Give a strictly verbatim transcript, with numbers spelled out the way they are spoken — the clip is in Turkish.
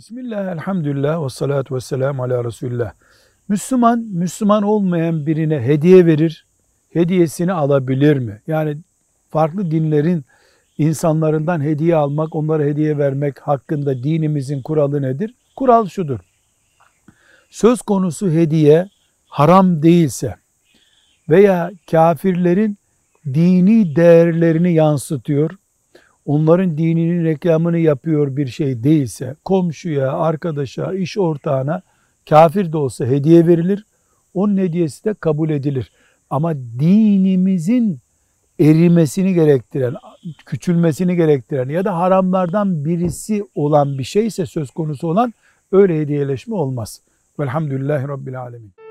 Bismillah, elhamdülillah ve salatu ve selamu ala Resulullah. Müslüman, Müslüman olmayan birine hediye verir, hediyesini alabilir mi? Yani farklı dinlerin insanlarından hediye almak, onlara hediye vermek hakkında dinimizin kuralı nedir? Kural şudur: söz konusu hediye haram değilse veya kafirlerin dini değerlerini yansıtıyor, onların dininin reklamını yapıyor bir şey değilse, komşuya, arkadaşa, iş ortağına kafir de olsa hediye verilir. Onun hediyesi de kabul edilir. Ama dinimizin erimesini gerektiren, küçülmesini gerektiren ya da haramlardan birisi olan bir şeyse söz konusu olan, öyle hediyeleşme olmaz. Velhamdülillahi Rabbil Alemin.